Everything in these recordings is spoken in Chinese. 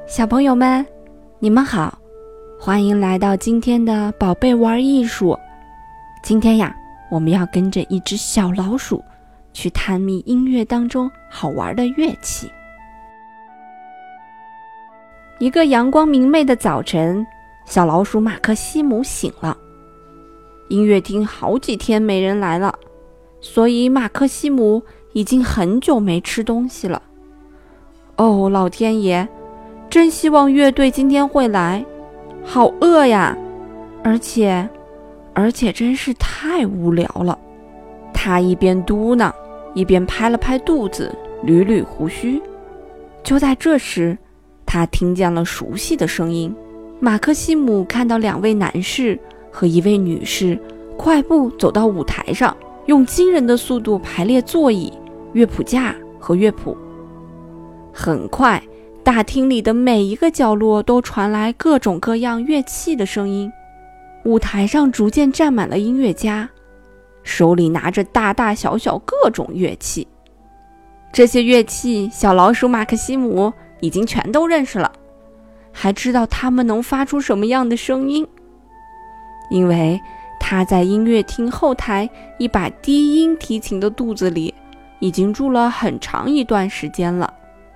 小朋友们，你们好，欢迎来到今天的宝贝玩艺术。今天呀，我们要跟着一只小老鼠去探秘音乐当中好玩的乐器。一个阳光明媚的早晨，小老鼠马克西姆醒了。音乐厅好几天没人来了，所以马克西姆已经很久没吃东西了。哦，老天爷，真希望乐队今天会来，好饿呀！而且真是太无聊了。他一边嘟囔，一边拍了拍肚子，捋捋胡须。就在这时，他听见了熟悉的声音。马克西姆看到两位男士和一位女士快步走到舞台上，用惊人的速度排列座椅、乐谱架和乐谱。很快，大厅里的每一个角落都传来各种各样乐器的声音。舞台上逐渐站满了音乐家，手里拿着大大小小各种乐器。这些乐器，小老鼠马克西姆已经全都认识了，还知道它们能发出什么样的声音，因为他在音乐厅后台一把低音提琴的肚子里已经住了很长一段时间了。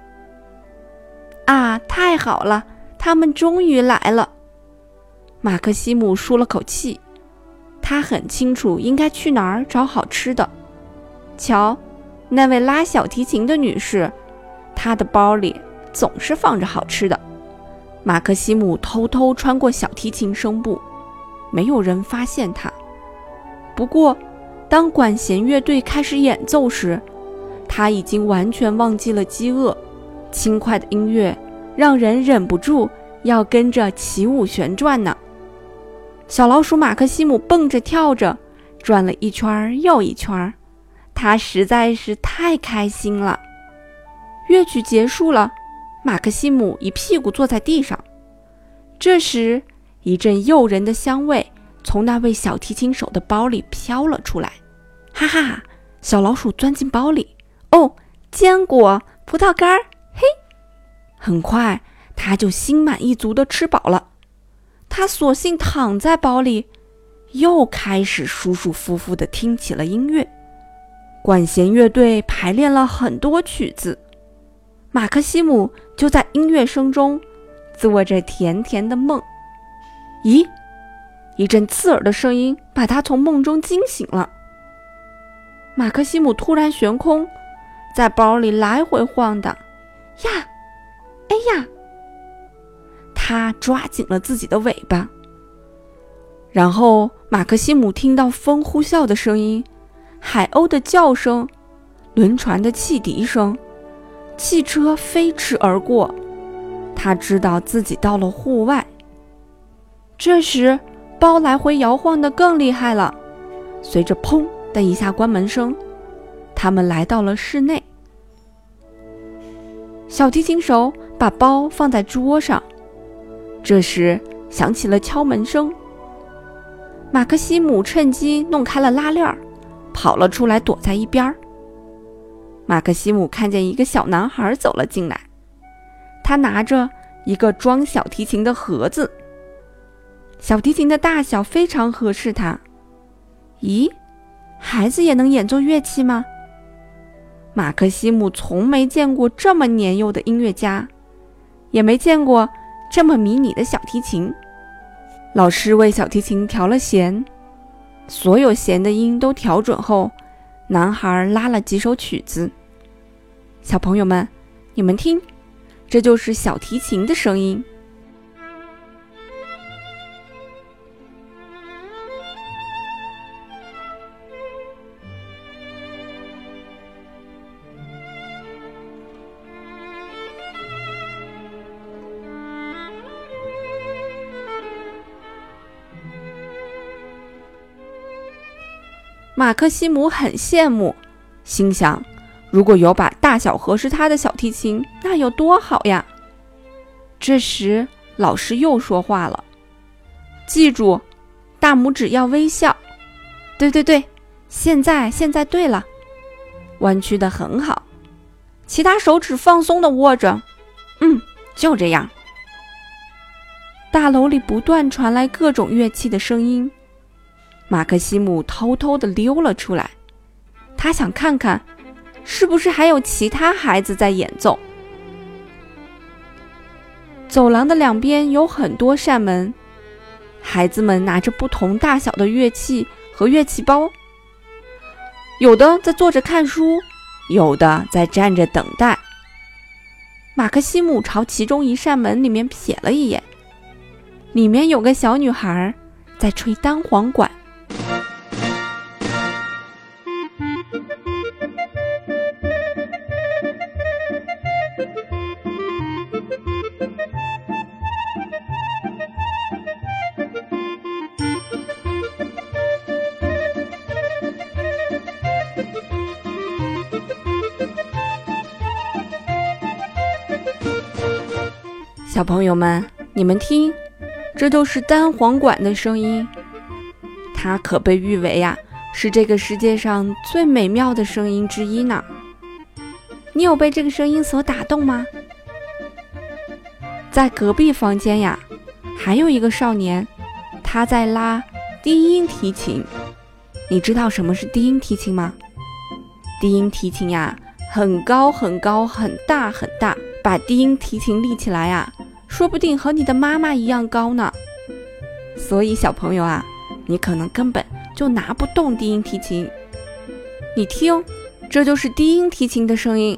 啊，太好了，他们终于来了。马克西姆舒了口气，他很清楚应该去哪儿找好吃的。瞧，那位拉小提琴的女士，她的包里总是放着好吃的。马克西姆偷偷穿过小提琴声部，没有人发现他。不过，当管弦乐队开始演奏时，他已经完全忘记了饥饿。轻快的音乐让人忍不住要跟着起舞旋转呢。小老鼠马克西姆蹦着跳着，转了一圈又一圈，他实在是太开心了。乐曲结束了，马克西姆一屁股坐在地上。这时，一阵诱人的香味从那位小提琴手的包里飘了出来。哈哈，小老鼠钻进包里，哦，坚果、葡萄干，嘿！很快，他就心满意足地吃饱了。他索性躺在包里，又开始舒舒服服地听起了音乐。管弦乐队排练了很多曲子，马克西姆就在音乐声中做着甜甜的梦。咦，一阵刺耳的声音把他从梦中惊醒了。马克西姆突然悬空，在包里来回晃荡。呀，哎呀！他抓紧了自己的尾巴。然后马克西姆听到风呼啸的声音，海鸥的叫声，轮船的汽笛声，汽车飞驰而过。他知道自己到了户外。这时，包来回摇晃得更厉害了。随着砰的一下关门声，他们来到了室内。小提琴手把包放在桌上。这时响起了敲门声。马克西姆趁机弄开了拉链，跑了出来，躲在一边。马克西姆看见一个小男孩走了进来，他拿着一个装小提琴的盒子。小提琴的大小非常合适他。咦，孩子也能演奏乐器吗？马克西姆从没见过这么年幼的音乐家，也没见过这么迷你的小提琴。老师为小提琴调了弦，所有弦的音都调准后，男孩拉了几首曲子。小朋友们，你们听，这就是小提琴的声音。马克西姆很羡慕，心想，如果有把大小合适他的小提琴，那有多好呀。这时，老师又说话了，记住，大拇指要微笑。对，现在对了，弯曲得很好，其他手指放松地握着。就这样， 大楼里不断传来各种乐器的声音。马克西姆偷偷地溜了出来，他想看看是不是还有其他孩子在演奏。走廊的两边有很多扇门，孩子们拿着不同大小的乐器和乐器包，有的在坐着看书，有的在站着等待。马克西姆朝其中一扇门里面瞥了一眼，里面有个小女孩在吹单簧管。小朋友们，你们听，这就是单簧管的声音，它可被誉为是这个世界上最美妙的声音之一呢。你有被这个声音所打动吗？在隔壁房间还有一个少年，他在拉低音提琴。你知道什么是低音提琴吗？低音提琴很高很高，很大很大，把低音提琴立起来说不定和你的妈妈一样高呢。所以小朋友你可能根本就拿不动低音提琴。你听，这就是低音提琴的声音。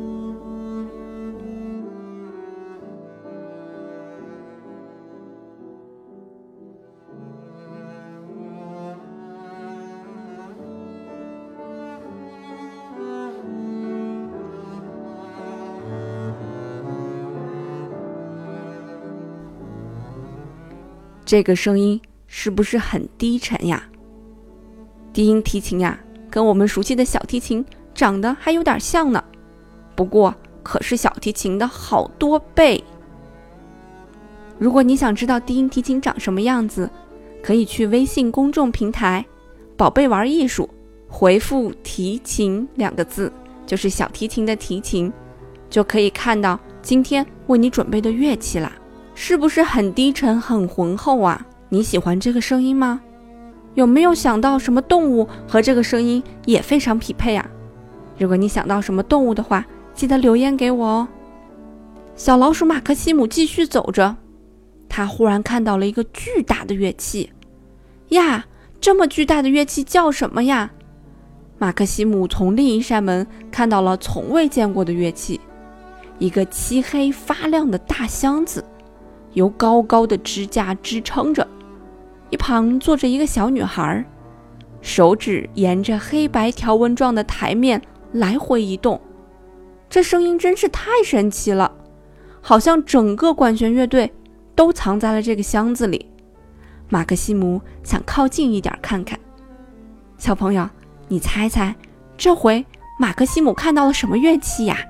这个声音是不是很低沉呀？低音提琴跟我们熟悉的小提琴长得还有点像呢，不过可是小提琴的好多倍。如果你想知道低音提琴长什么样子，可以去微信公众平台宝贝玩艺术，回复提琴2个字，就是小提琴的提琴，就可以看到今天为你准备的乐器啦。是不是很低沉很浑厚你喜欢这个声音吗？有没有想到什么动物和这个声音也非常匹配如果你想到什么动物的话，记得留言给我哦。小老鼠马克西姆继续走着，他忽然看到了一个巨大的乐器这么巨大的乐器叫什么呀？马克西姆从另一扇门看到了从未见过的乐器，一个漆黑发亮的大箱子，由高高的支架支撑着，一旁坐着一个小女孩，手指沿着黑白条纹状的台面来回移动。这声音真是太神奇了，好像整个管弦乐队都藏在了这个箱子里。马克西姆想靠近一点看看。小朋友，你猜猜这回马克西姆看到了什么乐器呀？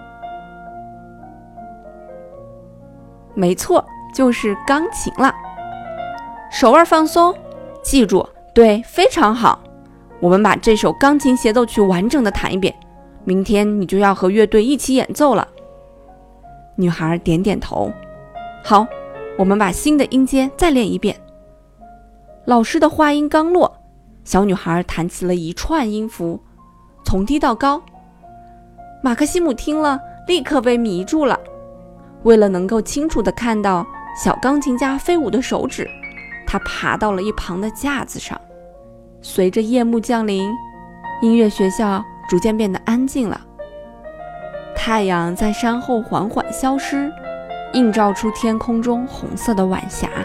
没错，就是钢琴了。手腕放松，记住，对，非常好。我们把这首钢琴协奏曲完整的弹一遍，明天你就要和乐队一起演奏了。女孩点点头。好，我们把新的音阶再练一遍。老师的话音刚落，小女孩弹起了一串音符，从低到高。马克西姆听了，立刻被迷住了。为了能够清楚地看到小钢琴家飞舞的手指，他爬到了一旁的架子上。随着夜幕降临，音乐学校逐渐变得安静了。太阳在山后缓缓消失，映照出天空中红色的晚霞。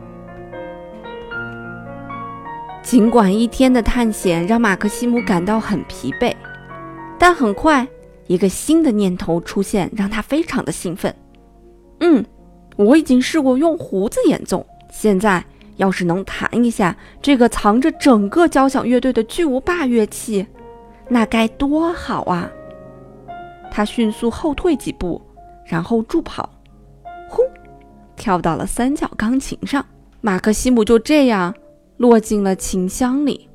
尽管一天的探险让马克西姆感到很疲惫，但很快一个新的念头出现，让他非常的兴奋。我已经试过用胡子演奏，现在要是能弹一下这个藏着整个交响乐队的巨无霸乐器，那该多好啊！他迅速后退几步，然后助跑，呼，跳到了三角钢琴上。马克西姆就这样落进了琴箱里。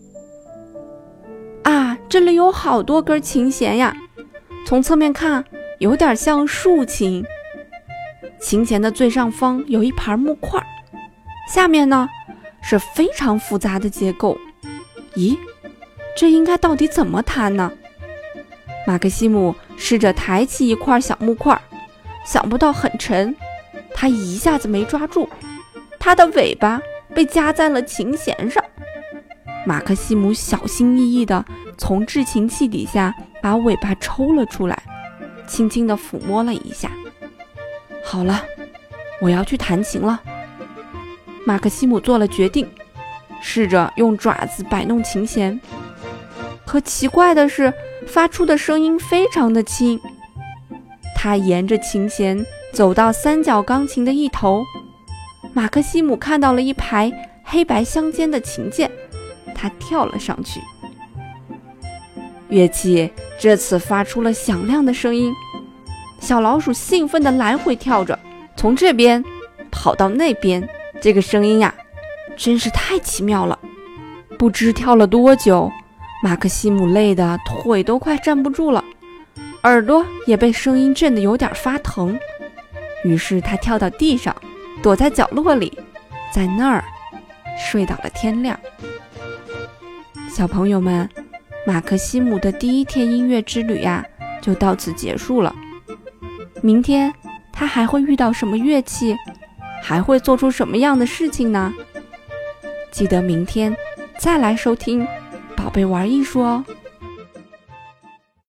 这里有好多根琴弦呀，从侧面看有点像竖琴。 琴弦的最上方有一盘木块，下面呢是非常复杂的结构。咦，这应该到底怎么弹呢？马克西姆试着抬起一块小木块，想不到很沉，他一下子没抓住，他的尾巴被夹在了琴弦上。马克西姆小心翼翼地从制琴器底下把尾巴抽了出来，轻轻地抚摸了一下。好了，我要去弹琴了。马克西姆做了决定，试着用爪子摆弄琴弦。可奇怪的是，发出的声音非常的轻。他沿着琴弦走到三角钢琴的一头，马克西姆看到了一排黑白相间的琴键，他跳了上去。乐器这次发出了响亮的声音，小老鼠兴奋地来回跳着，从这边跑到那边。这个声音呀，真是太奇妙了。不知跳了多久，马克西姆累得腿都快站不住了，耳朵也被声音震得有点发疼。于是他跳到地上，躲在角落里，在那儿睡到了天亮。小朋友们，马克西姆的第一天音乐之旅呀，就到此结束了。明天他还会遇到什么乐器，还会做出什么样的事情呢？记得明天再来收听宝贝玩艺术哦。